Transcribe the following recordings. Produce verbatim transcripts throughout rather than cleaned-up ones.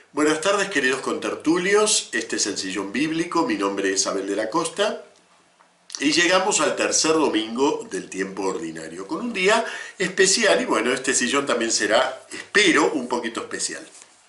Buenas tardes, queridos contertulios. Este es el Sillón Bíblico. Mi nombre es Abel de la Costa. Y llegamos al tercer domingo del tiempo ordinario, con un día especial. Y bueno, este sillón también será, espero, un poquito especial.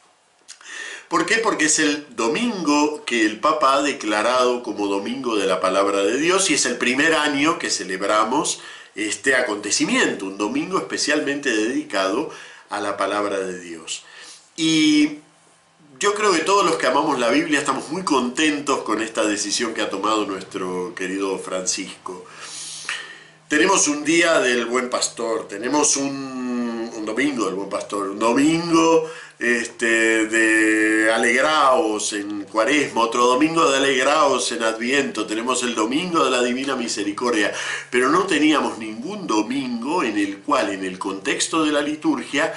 ¿Por qué? Porque es el domingo que el Papa ha declarado como Domingo de la Palabra de Dios y es el primer año que celebramos este acontecimiento, un domingo especialmente dedicado a la Palabra de Dios. Y yo creo que todos los que amamos la Biblia estamos muy contentos con esta decisión que ha tomado nuestro querido Francisco. Tenemos un día del Buen Pastor, tenemos un, un domingo del Buen Pastor, un domingo este, de alegraos en Cuaresma, otro domingo de alegraos en Adviento, tenemos el domingo de la Divina Misericordia, pero no teníamos ningún domingo en el cual, en el contexto de la liturgia,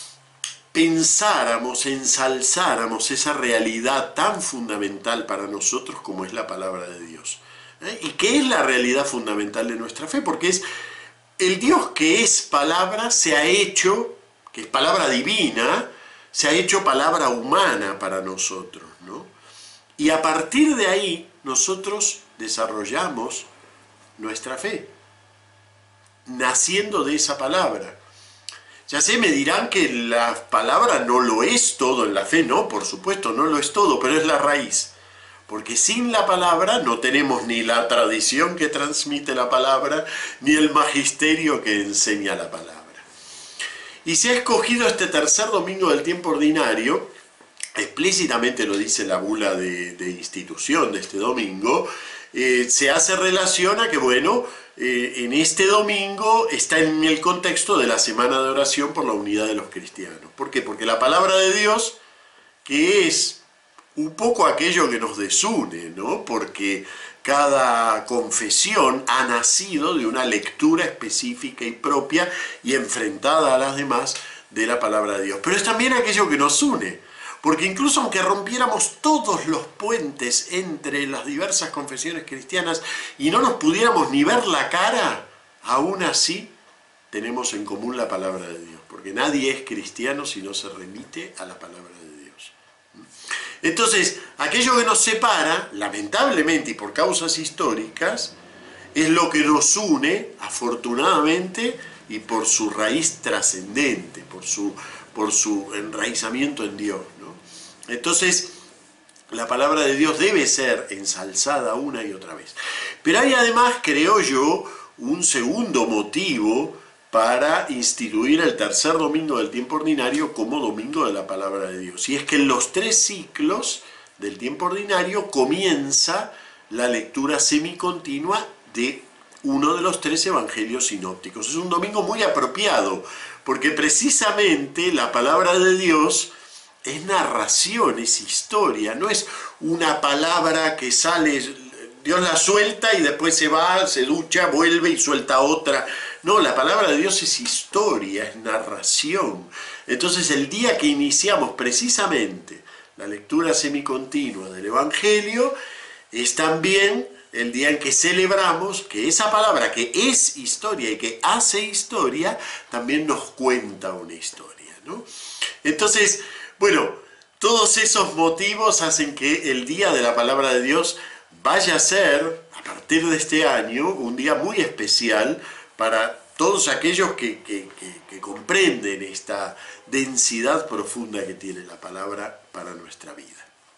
pensáramos, ensalzáramos esa realidad tan fundamental para nosotros como es la palabra de Dios. ¿Eh? ¿Y qué es la realidad fundamental de nuestra fe? Porque es el Dios que es palabra se ha hecho, que es palabra divina, se ha hecho palabra humana para nosotros, ¿no? Y a partir de ahí nosotros desarrollamos nuestra fe, naciendo de esa palabra. Ya sé, me dirán que la palabra no lo es todo en la fe, no, por supuesto, no lo es todo, pero es la raíz. Porque sin la palabra no tenemos ni la tradición que transmite la palabra, ni el magisterio que enseña la palabra. Y se ha escogido este tercer domingo del tiempo ordinario, explícitamente lo dice la bula de, de institución de este domingo, eh, se hace relación a que, bueno, eh, en este domingo está en el contexto de la semana de oración por la unidad de los cristianos. ¿Por qué? Porque la palabra de Dios, que es un poco aquello que nos desune, ¿no? Porque cada confesión ha nacido de una lectura específica y propia y enfrentada a las demás de la palabra de Dios. Pero es también aquello que nos une, porque incluso aunque rompiéramos todos los puentes entre las diversas confesiones cristianas y no nos pudiéramos ni ver la cara, aún así tenemos en común la palabra de Dios, porque nadie es cristiano si no se remite a la palabra de Dios. Entonces, aquello que nos separa, lamentablemente y por causas históricas, es lo que nos une, afortunadamente, y por su raíz trascendente, por su, por su enraizamiento en Dios, ¿no? Entonces, la palabra de Dios debe ser ensalzada una y otra vez. Pero hay además, creo yo, un segundo motivo para instituir el tercer domingo del tiempo ordinario como domingo de la palabra de Dios. Y es que en los tres ciclos del tiempo ordinario comienza la lectura semicontinua de uno de los tres evangelios sinópticos. Es un domingo muy apropiado, porque precisamente la palabra de Dios es narración, es historia, no es una palabra que sale, Dios la suelta y después se va, se ducha, vuelve y suelta otra. No, la palabra de Dios es historia, es narración. Entonces el día que iniciamos precisamente la lectura semicontinua del Evangelio, es también el día en que celebramos que esa palabra que es historia y que hace historia, también nos cuenta una historia, ¿no? Entonces, bueno, todos esos motivos hacen que el día de la palabra de Dios vaya a ser, a partir de este año, un día muy especial para todos aquellos que, que, que, que comprenden esta densidad profunda que tiene la palabra para nuestra vida.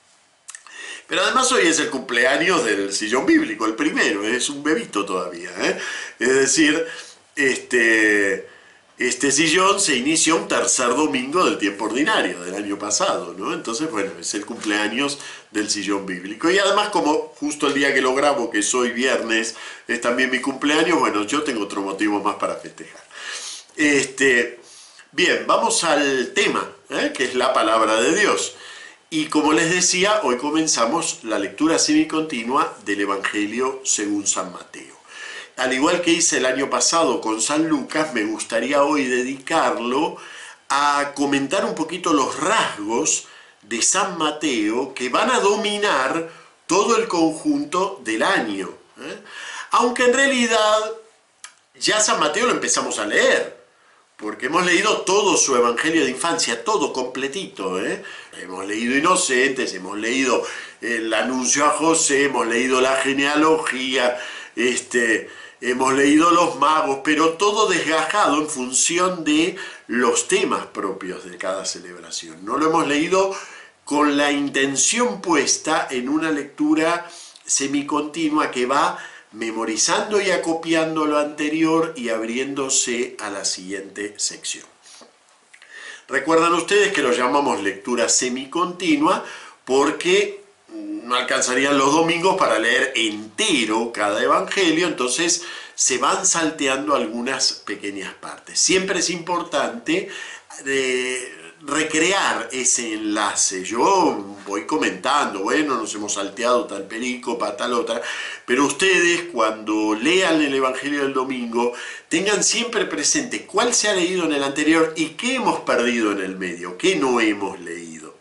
Pero además hoy es el cumpleaños del Sillón Bíblico, el primero, es un bebito todavía, ¿eh? Es decir, este, este sillón se inició un tercer domingo del tiempo ordinario del año pasado, ¿no? Entonces, bueno, es el cumpleaños del Sillón Bíblico. Y además, como justo el día que lo grabo, que es hoy viernes, es también mi cumpleaños, bueno, yo tengo otro motivo más para festejar. Este, bien, vamos al tema, ¿eh? Que es la palabra de Dios. Y como les decía, hoy comenzamos la lectura semicontinua del Evangelio según San Mateo. Al igual que hice el año pasado con San Lucas, me gustaría hoy dedicarlo a comentar un poquito los rasgos de San Mateo que van a dominar todo el conjunto del año, ¿eh? Aunque en realidad ya San Mateo lo empezamos a leer, porque hemos leído todo su evangelio de infancia, todo completito, ¿eh? Hemos leído Inocentes, hemos leído el anuncio a José, hemos leído la genealogía, este, hemos leído los magos, pero todo desgajado en función de los temas propios de cada celebración. No lo hemos leído con la intención puesta en una lectura semicontinua que va memorizando y acopiando lo anterior y abriéndose a la siguiente sección. Recuerdan ustedes que lo llamamos lectura semicontinua porque no alcanzarían los domingos para leer entero cada evangelio, entonces se van salteando algunas pequeñas partes. Siempre es importante eh, recrear ese enlace. Yo voy comentando, bueno, nos hemos salteado tal perícopa, tal otra, pero ustedes cuando lean el Evangelio del domingo tengan siempre presente cuál se ha leído en el anterior y qué hemos perdido en el medio, qué no hemos leído.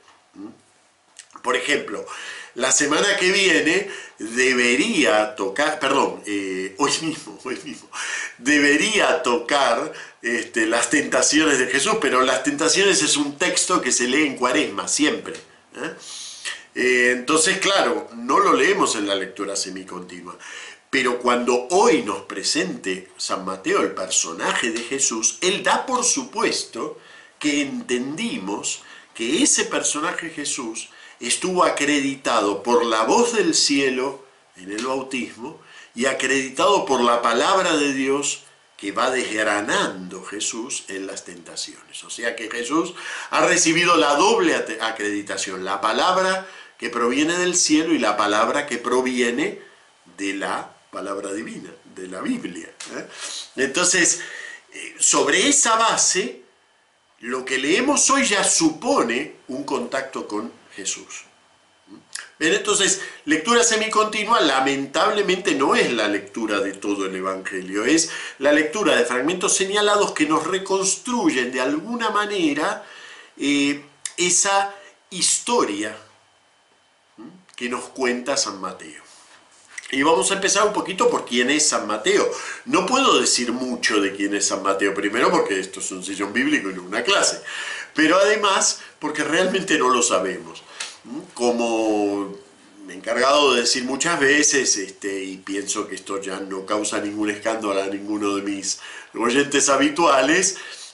Por ejemplo, la semana que viene debería tocar, perdón, eh, hoy mismo, hoy mismo, debería tocar este, las tentaciones de Jesús, pero las tentaciones es un texto que se lee en Cuaresma, siempre. ¿eh? Eh, entonces, claro, no lo leemos en la lectura semicontinua, pero cuando hoy nos presente San Mateo el personaje de Jesús, él da por supuesto que entendimos que ese personaje Jesús estuvo acreditado por la voz del cielo en el bautismo y acreditado por la palabra de Dios que va desgranando Jesús en las tentaciones. O sea que Jesús ha recibido la doble acreditación, la palabra que proviene del cielo y la palabra que proviene de la palabra divina, de la Biblia. ¿eh? Entonces, sobre esa base, lo que leemos hoy ya supone un contacto con Jesús. Bien, entonces, lectura semicontinua lamentablemente no es la lectura de todo el Evangelio, es la lectura de fragmentos señalados que nos reconstruyen de alguna manera eh, esa historia que nos cuenta San Mateo. Y vamos a empezar un poquito por quién es San Mateo. No puedo decir mucho de quién es San Mateo, primero porque esto es un sillón bíblico y no una clase, pero además porque realmente no lo sabemos. Como me he encargado de decir muchas veces, este, y pienso que esto ya no causa ningún escándalo a ninguno de mis oyentes habituales,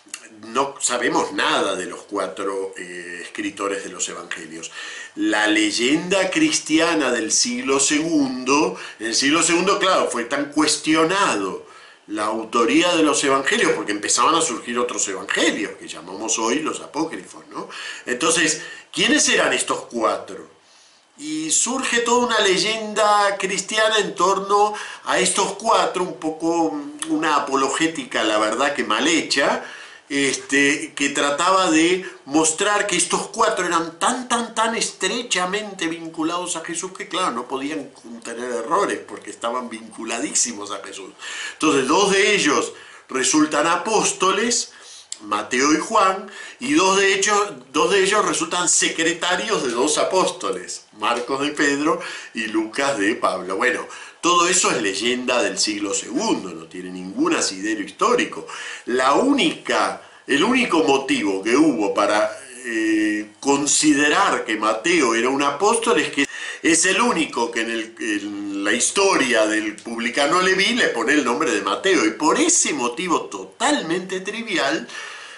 no sabemos nada de los cuatro eh, escritores de los evangelios. La leyenda cristiana del siglo segundo, en el siglo segundo, claro, fue tan cuestionado la autoría de los evangelios, porque empezaban a surgir otros evangelios, que llamamos hoy los apócrifos, ¿no? Entonces, ¿quiénes eran estos cuatro? Y surge toda una leyenda cristiana en torno a estos cuatro, un poco una apologética, la verdad que mal hecha, este, que trataba de mostrar que estos cuatro eran tan, tan, tan estrechamente vinculados a Jesús que, claro, no podían tener errores porque estaban vinculadísimos a Jesús. Entonces, dos de ellos resultan apóstoles, Mateo y Juan, y dos de ellos, dos de ellos resultan secretarios de dos apóstoles, Marcos de Pedro y Lucas de Pablo. Bueno, todo eso es leyenda del siglo segundo, no tiene ningún asidero histórico. La única, el único motivo que hubo para eh, considerar que Mateo era un apóstol es que es el único que en, el, en la historia del publicano Leví le pone el nombre de Mateo, y por ese motivo totalmente trivial,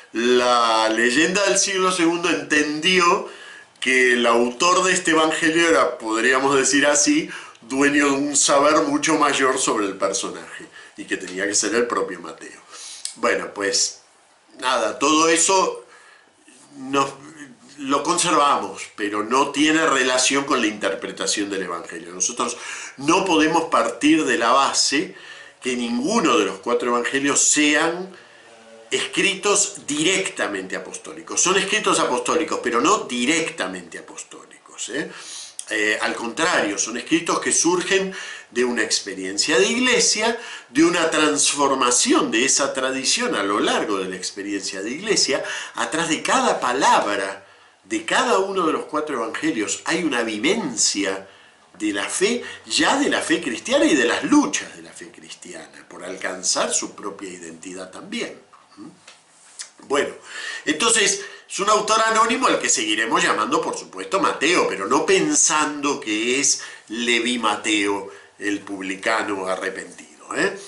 la leyenda del siglo segundo entendió que el autor de este evangelio era, podríamos decir así, dueño de un saber mucho mayor sobre el personaje, y que tenía que ser el propio Mateo. Bueno, pues nada, todo eso nos, lo conservamos, pero no tiene relación con la interpretación del evangelio. Nosotros no podemos partir de la base que ninguno de los cuatro evangelios sean escritos directamente apostólicos. Son escritos apostólicos, pero no directamente apostólicos, ¿eh? Eh, al contrario, son escritos que surgen de una experiencia de iglesia, de una transformación de esa tradición a lo largo de la experiencia de iglesia. Atrás de cada palabra, de cada uno de los cuatro evangelios, hay una vivencia de la fe, ya de la fe cristiana y de las luchas de la fe cristiana, por alcanzar su propia identidad también. Bueno, entonces es un autor anónimo al que seguiremos llamando, por supuesto, Mateo, pero no pensando que es Leví Mateo, el publicano arrepentido, ¿eh?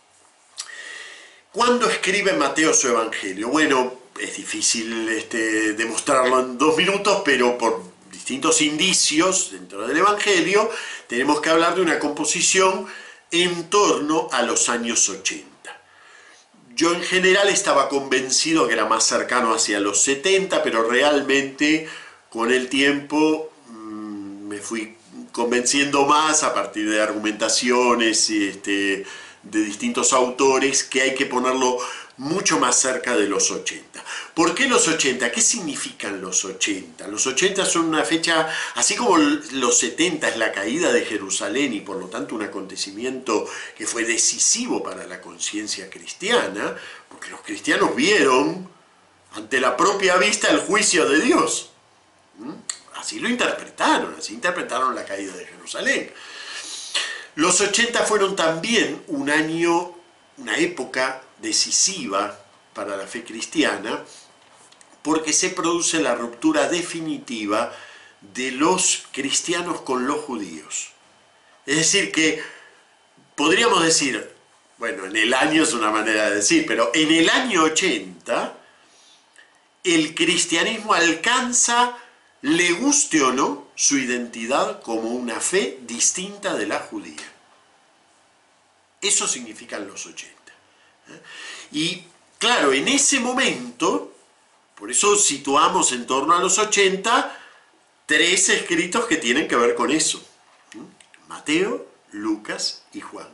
¿Cuándo escribe Mateo su evangelio? Bueno, es difícil este, demostrarlo en dos minutos, pero por distintos indicios dentro del evangelio tenemos que hablar de una composición en torno a los años ochenta. Yo en general estaba convencido que era más cercano hacia los setenta, pero realmente con el tiempo mmm, me fui convenciendo más a partir de argumentaciones este, de distintos autores que hay que ponerlo mucho más cerca de los ochenta. ¿Por qué los ochenta? ¿Qué significan los ochenta? Los ochenta son una fecha, así como los setenta es la caída de Jerusalén y por lo tanto un acontecimiento que fue decisivo para la conciencia cristiana, porque los cristianos vieron ante la propia vista el juicio de Dios. ¿Mm? Así lo interpretaron, así interpretaron la caída de Jerusalén. Los ochenta fueron también un año, una época decisiva para la fe cristiana, porque se produce la ruptura definitiva de los cristianos con los judíos. Es decir, que podríamos decir, bueno, en el año es una manera de decir, pero en el año ochenta, el cristianismo alcanza, le guste o no, su identidad como una fe distinta de la judía. Eso significan los ochenta. Y claro, en ese momento, por eso situamos en torno a los ochenta, tres escritos que tienen que ver con eso. Mateo, Lucas y Juan.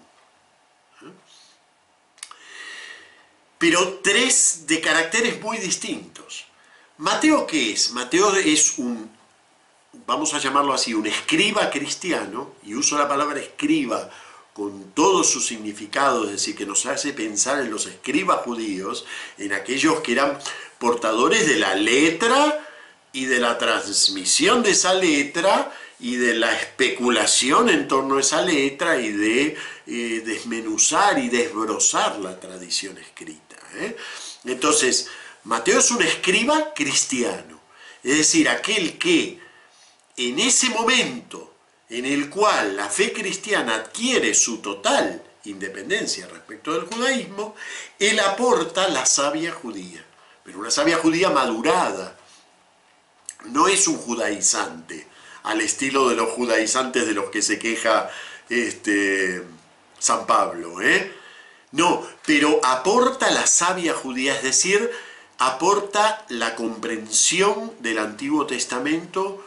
Pero tres de caracteres muy distintos. Mateo, ¿qué es? Mateo es un, vamos a llamarlo así, un escriba cristiano, y uso la palabra escriba con todo su significado, es decir, que nos hace pensar en los escribas judíos, en aquellos que eran portadores de la letra y de la transmisión de esa letra y de la especulación en torno a esa letra y de eh, desmenuzar y desbrozar la tradición escrita, ¿eh? Entonces, Mateo es un escriba cristiano, es decir, aquel que en ese momento en el cual la fe cristiana adquiere su total independencia respecto del judaísmo, él aporta la savia judía, pero una savia judía madurada. No es un judaizante, al estilo de los judaizantes de los que se queja este, San Pablo, ¿eh? No, pero aporta la savia judía, es decir, aporta la comprensión del Antiguo Testamento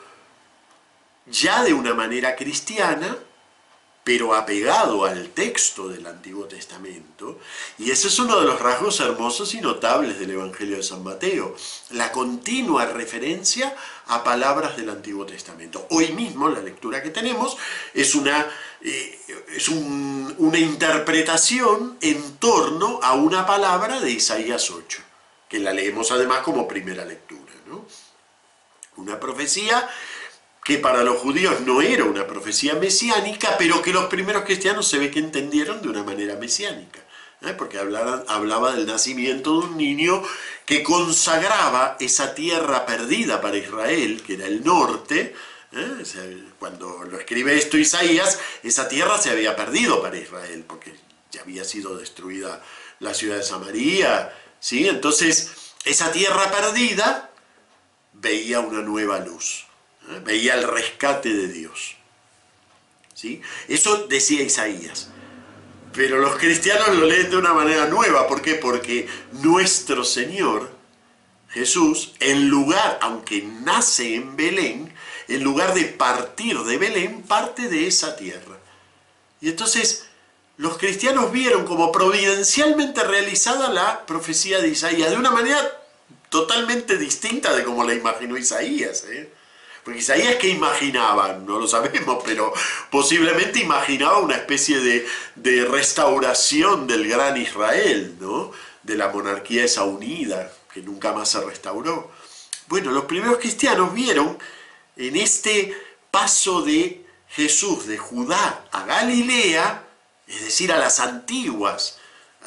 ya de una manera cristiana, pero apegado al texto del Antiguo Testamento, y ese es uno de los rasgos hermosos y notables del Evangelio de San Mateo, la continua referencia a palabras del Antiguo Testamento. Hoy mismo la lectura que tenemos es una, eh, es un, una interpretación en torno a una palabra de Isaías ocho, que la leemos además como primera lectura, ¿no? Una profecía que para los judíos no era una profecía mesiánica, pero que los primeros cristianos se ve que entendieron de una manera mesiánica, ¿eh? Porque hablaban, hablaba del nacimiento de un niño que consagraba esa tierra perdida para Israel, que era el norte, ¿eh? O sea, cuando lo escribe esto Isaías, esa tierra se había perdido para Israel, porque ya había sido destruida la ciudad de Samaria, ¿sí? Entonces, esa tierra perdida veía una nueva luz. Veía el rescate de Dios, ¿sí? Eso decía Isaías. Pero los cristianos lo leen de una manera nueva. ¿Por qué? Porque nuestro Señor Jesús, en lugar, aunque nace en Belén, en lugar de partir de Belén, parte de esa tierra. Y entonces los cristianos vieron como providencialmente realizada la profecía de Isaías, de una manera totalmente distinta de como la imaginó Isaías, ¿eh? Porque Isaías, ¿qué imaginaba? No lo sabemos, pero posiblemente imaginaba una especie de, de restauración del gran Israel, ¿no? De la monarquía esa unida, que nunca más se restauró. Bueno, los primeros cristianos vieron en este paso de Jesús de Judá a Galilea, es decir, a las antiguas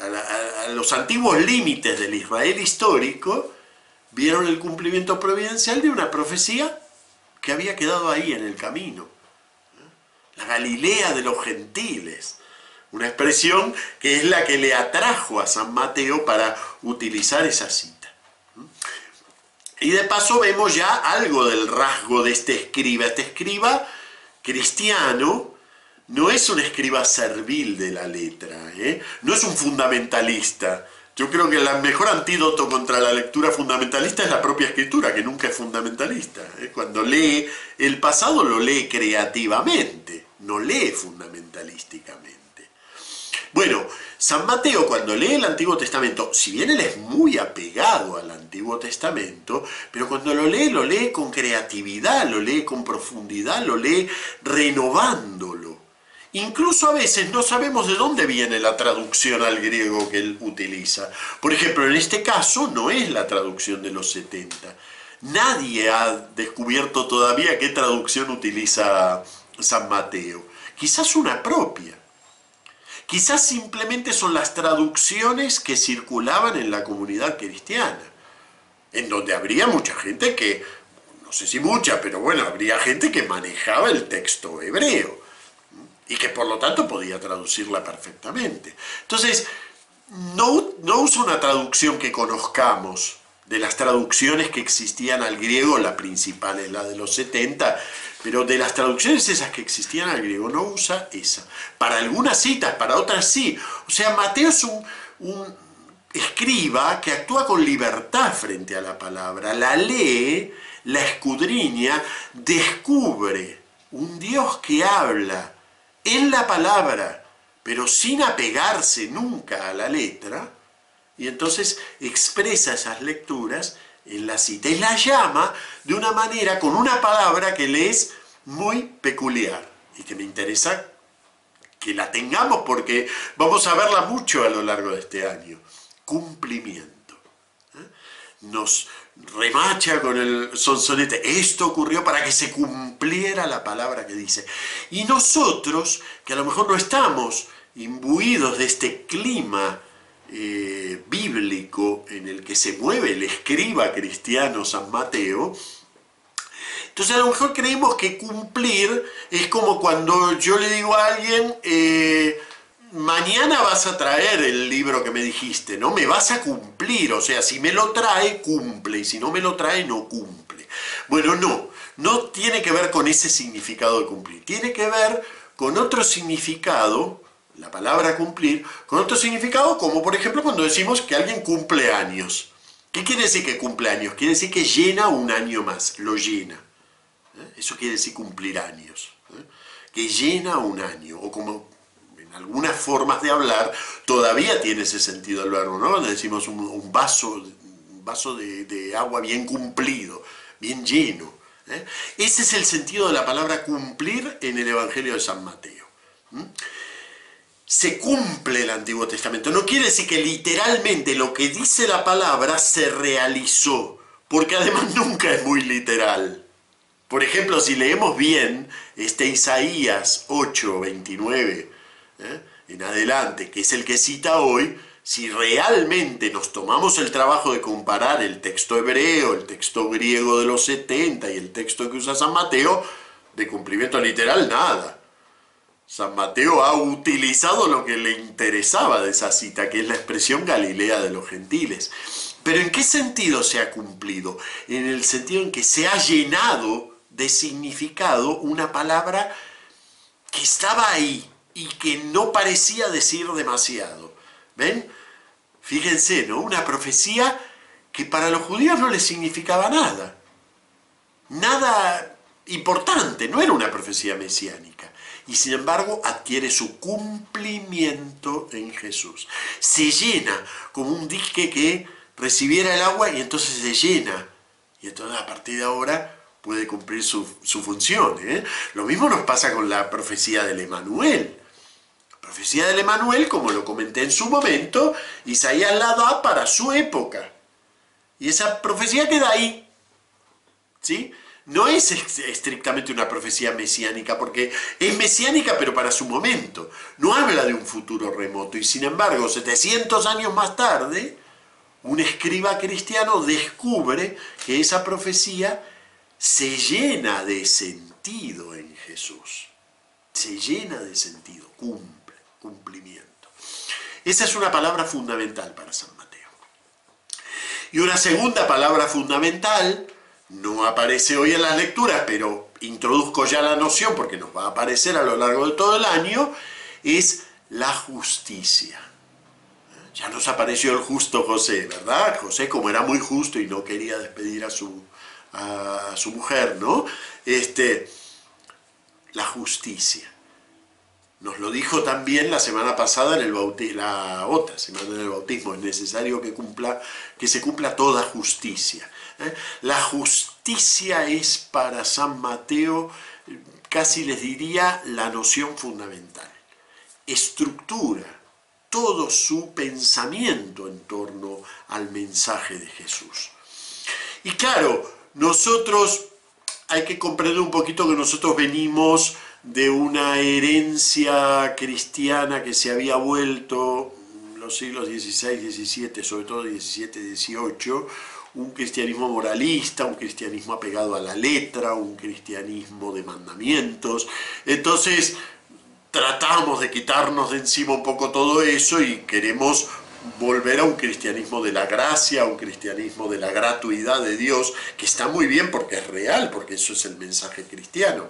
a, la, a, a los antiguos límites del Israel histórico, vieron el cumplimiento providencial de una profecía que había quedado ahí en el camino. La Galilea de los gentiles, una expresión que es la que le atrajo a San Mateo para utilizar esa cita. Y de paso vemos ya algo del rasgo de este escriba. Este escriba cristiano no es un escriba servil de la letra, ¿eh? No es un fundamentalista. Yo creo que el mejor antídoto contra la lectura fundamentalista es la propia escritura, que nunca es fundamentalista, ¿eh? Cuando lee el pasado lo lee creativamente, no lee fundamentalísticamente. Bueno, San Mateo cuando lee el Antiguo Testamento, si bien él es muy apegado al Antiguo Testamento, pero cuando lo lee, lo lee con creatividad, lo lee con profundidad, lo lee renovándolo. Incluso a veces no sabemos de dónde viene la traducción al griego que él utiliza. Por ejemplo, en este caso no es la traducción de los setenta. Nadie ha descubierto todavía qué traducción utiliza San Mateo. Quizás una propia. Quizás simplemente son las traducciones que circulaban en la comunidad cristiana, en donde habría mucha gente que, no sé si mucha, pero bueno, habría gente que manejaba el texto hebreo y que por lo tanto podía traducirla perfectamente. Entonces, no, no uso una traducción que conozcamos. De las traducciones que existían al griego, la principal es la de los setenta, pero de las traducciones esas que existían al griego no usa esa. Para algunas citas, para otras sí. O sea, Mateo es un, un escriba que actúa con libertad frente a la palabra, la lee, la escudriña, descubre un Dios que habla en la palabra, pero sin apegarse nunca a la letra, y entonces expresa esas lecturas en la cita y la llama de una manera, con una palabra que le es muy peculiar y que me interesa que la tengamos porque vamos a verla mucho a lo largo de este año. Cumplimiento. ¿Eh? Nos remacha con el sonsonete. Esto ocurrió para que se cumpliera la palabra que dice. Y nosotros, que a lo mejor no estamos imbuidos de este clima Eh, bíblico en el que se mueve el escriba cristiano San Mateo, entonces a lo mejor creemos que cumplir es como cuando yo le digo a alguien, eh, mañana vas a traer el libro que me dijiste, ¿no? Me vas a cumplir, o sea, si me lo trae, cumple, y si no me lo trae, no cumple. Bueno, no, no tiene que ver con ese significado de cumplir, tiene que ver con otro significado, la palabra cumplir, con otro significado, como por ejemplo cuando decimos que alguien cumple años. ¿Qué quiere decir que cumple años? Quiere decir que llena un año más, lo llena. ¿Eh? Eso quiere decir cumplir años. ¿Eh? Que llena un año, o como en algunas formas de hablar, todavía tiene ese sentido el verbo, ¿no? Cuando decimos un, un vaso, un vaso de, de agua bien cumplido, bien lleno. ¿Eh? Ese es el sentido de la palabra cumplir en el Evangelio de San Mateo. ¿Mm? Se cumple el Antiguo Testamento. No quiere decir que literalmente lo que dice la palabra se realizó, porque además nunca es muy literal. Por ejemplo, si leemos bien este Isaías ocho, veintinueve, ¿eh? en adelante, que es el que cita hoy, si realmente nos tomamos el trabajo de comparar el texto hebreo, el texto griego de los setenta y el texto que usa San Mateo, de cumplimiento literal nada. San Mateo ha utilizado lo que le interesaba de esa cita, que es la expresión Galilea de los gentiles. Pero ¿en qué sentido se ha cumplido? En el sentido en que se ha llenado de significado una palabra que estaba ahí y que no parecía decir demasiado. ¿Ven? Fíjense, ¿no? Una profecía que para los judíos no les significaba nada. Nada importante, no era una profecía mesiánica. Y sin embargo adquiere su cumplimiento en Jesús. Se llena como un dique que recibiera el agua y entonces se llena. Y entonces a partir de ahora puede cumplir su, su función. ¿eh? Lo mismo nos pasa con la profecía del Emanuel. La profecía del Emanuel, como lo comenté en su momento, Isaías la da para su época. Y esa profecía queda ahí. ¿Sí? no es estrictamente una profecía mesiánica, porque es mesiánica pero para su momento. No habla de un futuro remoto. Y sin embargo, setecientos años más tarde, un escriba cristiano descubre que esa profecía se llena de sentido en Jesús. Se llena de sentido, cumple, cumplimiento. Esa es una palabra fundamental para San Mateo. Y una segunda palabra fundamental, no aparece hoy en las lecturas, pero introduzco ya la noción porque nos va a aparecer a lo largo de todo el año, es la justicia. Ya nos apareció el justo José, ¿verdad? José, como era muy justo y no quería despedir a su, a su mujer, ¿no? Este, la justicia. Nos lo dijo también la semana pasada en el bautismo, la otra semana del bautismo, es necesario que, cumpla, que se cumpla toda justicia. ¿eh? La justicia es para San Mateo, casi les diría, la noción fundamental. Estructura todo su pensamiento en torno al mensaje de Jesús. Y claro, nosotros hay que comprender un poquito que nosotros venimos de una herencia cristiana que se había vuelto en los siglos dieciséis, diecisiete, sobre todo diecisiete, dieciocho, un cristianismo moralista, un cristianismo apegado a la letra, un cristianismo de mandamientos. Entonces, tratamos de quitarnos de encima un poco todo eso y queremos volver a un cristianismo de la gracia, a un cristianismo de la gratuidad de Dios, que está muy bien porque es real, porque eso es el mensaje cristiano.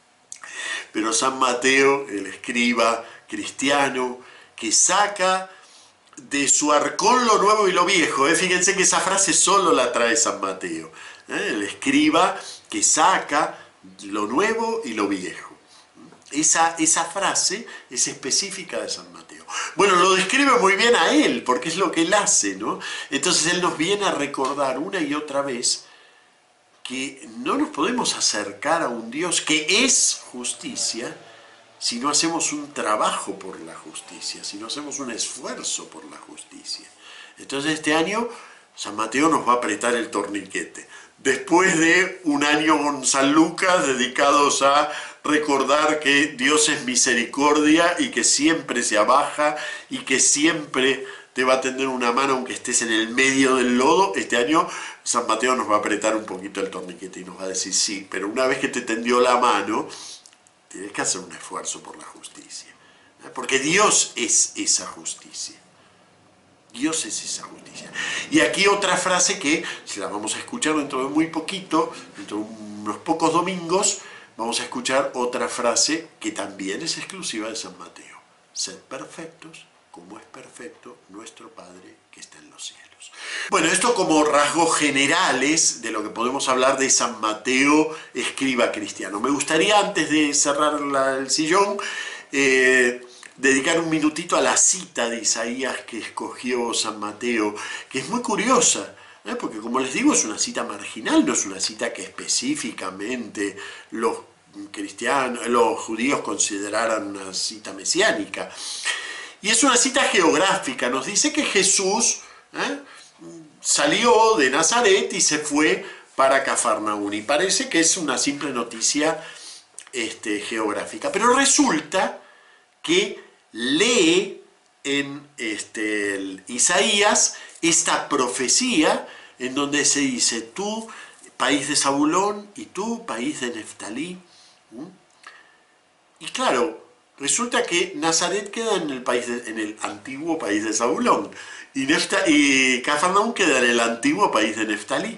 Pero San Mateo, el escriba cristiano, que saca de su arcón lo nuevo y lo viejo, ¿eh? Fíjense que esa frase solo la trae San Mateo, ¿eh? El escriba que saca lo nuevo y lo viejo. Esa, esa frase es específica de San Mateo. Bueno, lo describe muy bien a él, porque es lo que él hace, ¿no? Entonces él nos viene a recordar una y otra vez que no nos podemos acercar a un Dios que es justicia si no hacemos un trabajo por la justicia, si no hacemos un esfuerzo por la justicia. Entonces este año San Mateo nos va a apretar el torniquete. Después de un año con San Lucas dedicados a recordar que Dios es misericordia y que siempre se abaja y que siempre te va a tender una mano aunque estés en el medio del lodo, este año San Mateo nos va a apretar un poquito el torniquete y nos va a decir sí, pero una vez que te tendió la mano, tienes que hacer un esfuerzo por la justicia. Porque Dios es esa justicia. Dios es esa justicia. Y aquí otra frase que, si la vamos a escuchar dentro de muy poquito, dentro de unos pocos domingos, vamos a escuchar otra frase que también es exclusiva de San Mateo. Sed perfectos, como es perfecto nuestro Padre que está en los cielos. Bueno, esto como rasgos generales de lo que podemos hablar de San Mateo, escriba cristiano. Me gustaría, antes de cerrar la, el sillón, eh, dedicar un minutito a la cita de Isaías que escogió San Mateo, que es muy curiosa, ¿eh? Porque como les digo, es una cita marginal, no es una cita que específicamente los cristianos, los judíos consideraran una cita mesiánica. Y es una cita geográfica, nos dice que Jesús ¿eh? salió de Nazaret y se fue para Cafarnaún, y parece que es una simple noticia este, geográfica, pero resulta que lee en este, el Isaías esta profecía en donde se dice: tú, país de Zabulón, y tú, país de Neftalí. ¿Mm? Y claro, resulta que Nazaret queda en el, país de, en el antiguo país de Zabulón y, Nefta, y Cafarnaún queda en el antiguo país de Neftalí.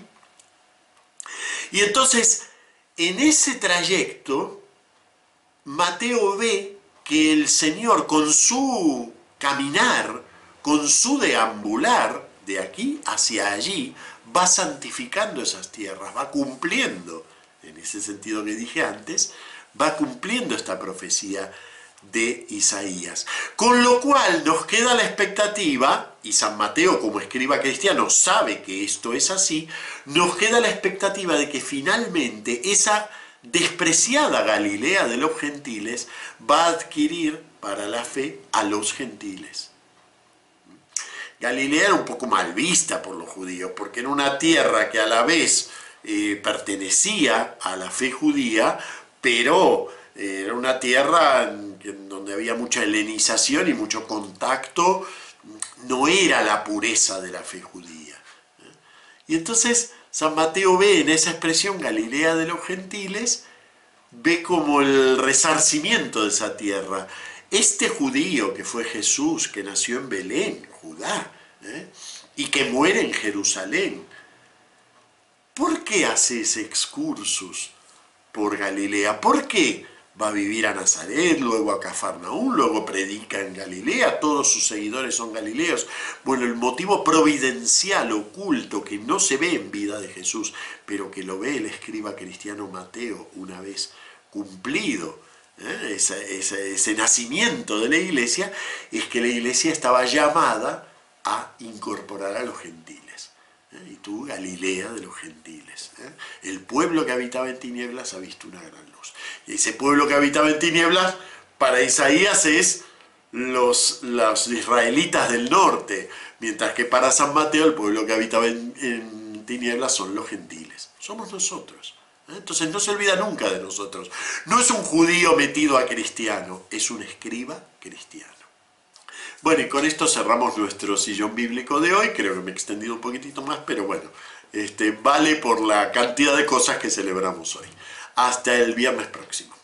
Y entonces, en ese trayecto, Mateo ve que el Señor, con su caminar, con su deambular de aquí hacia allí, va santificando esas tierras, va cumpliendo, en ese sentido que dije antes, va cumpliendo esta profecía de Isaías. Con lo cual nos queda la expectativa, y San Mateo como escriba cristiano sabe que esto es así, nos queda la expectativa de que finalmente esa despreciada Galilea de los gentiles va a adquirir para la fe a los gentiles. Galilea era un poco mal vista por los judíos, porque era una tierra que a la vez eh, pertenecía a la fe judía, pero eh, era una tierra en, en donde había mucha helenización y mucho contacto, no era la pureza de la fe judía. Y entonces San Mateo ve en esa expresión Galilea de los gentiles, ve como el resarcimiento de esa tierra. Este judío que fue Jesús, que nació en Belén, Judá, ¿eh? y que muere en Jerusalén, ¿por qué hace ese excursus por Galilea? ¿Por qué va a vivir a Nazaret, luego a Cafarnaúm, luego predica en Galilea, todos sus seguidores son galileos? Bueno, el motivo providencial oculto que no se ve en vida de Jesús, pero que lo ve el escriba cristiano Mateo una vez cumplido, ¿eh? ese, ese, ese nacimiento de la iglesia, es que la iglesia estaba llamada a incorporar a los gentiles. ¿eh? Y tú, Galilea de los gentiles. ¿eh? El pueblo que habitaba en tinieblas ha visto una gran luz. Y ese pueblo que habitaba en tinieblas, para Isaías es los, los israelitas del norte, mientras que para San Mateo el pueblo que habitaba en, en tinieblas son los gentiles. Somos nosotros. Entonces no se olvida nunca de nosotros. No es un judío metido a cristiano, es un escriba cristiano. Bueno, y con esto cerramos nuestro sillón bíblico de hoy. Creo que me he extendido un poquitito más, pero bueno, este, vale por la cantidad de cosas que celebramos hoy. Hasta el viernes próximo.